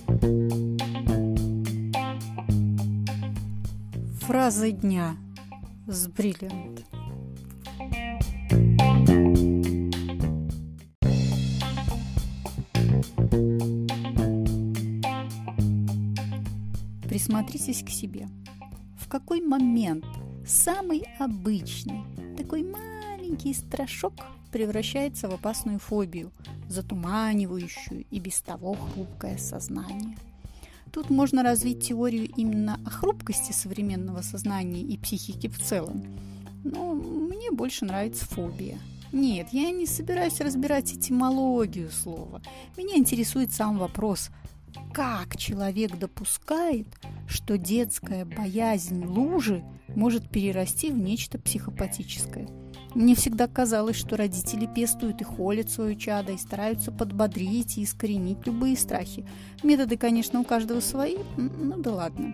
Фраза дня с Brilliant. Присмотритесь к себе. В какой момент самый обычный, такой маленький страшок превращается в опасную фобию, затуманивающую и без того хрупкое сознание? Тут можно развить теорию именно о хрупкости современного сознания и психики в целом. Но мне больше нравится фобия. Нет, я не собираюсь разбирать этимологию слова. Меня интересует сам вопрос, как человек допускает, что детская боязнь лужи может перерасти в нечто психопатическое. Мне всегда казалось, что родители пестуют и холят свое чадо, и стараются подбодрить и искоренить любые страхи. Методы, конечно, у каждого свои, ну да ладно.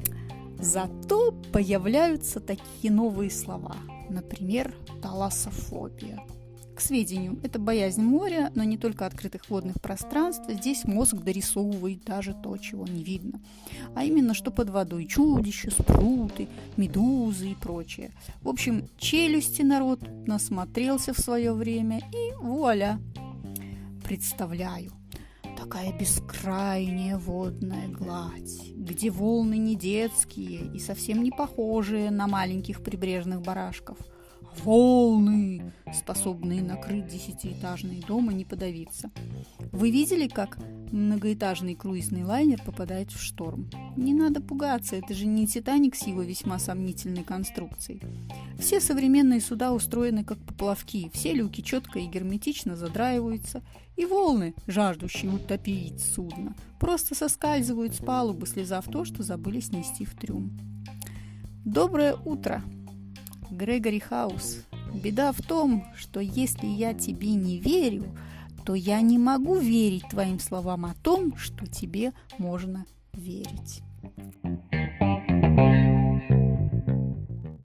Зато появляются такие новые слова, например, талассофобия. К сведению, это боязнь моря, но не только открытых водных пространств. Здесь мозг дорисовывает даже то, чего не видно. А именно, что под водой чудища, спруты, медузы и прочее. В общем, челюсти народ насмотрелся в свое время, и вуаля! Представляю, такая бескрайняя водная гладь, где волны не детские и совсем не похожие на маленьких прибрежных барашков. Волны, способные накрыть 10-этажный дом и не подавиться. Вы видели, как многоэтажный круизный лайнер попадает в шторм? Не надо пугаться, это же не «Титаник» с его весьма сомнительной конструкцией. Все современные суда устроены как поплавки, все люки четко и герметично задраиваются, и волны, жаждущие утопить судно, просто соскальзывают с палубы, слезав то, что забыли снести в трюм. Доброе утро! Грегори Хаус. Беда в том, что если я тебе не верю, то я не могу верить твоим словам о том, что тебе можно верить.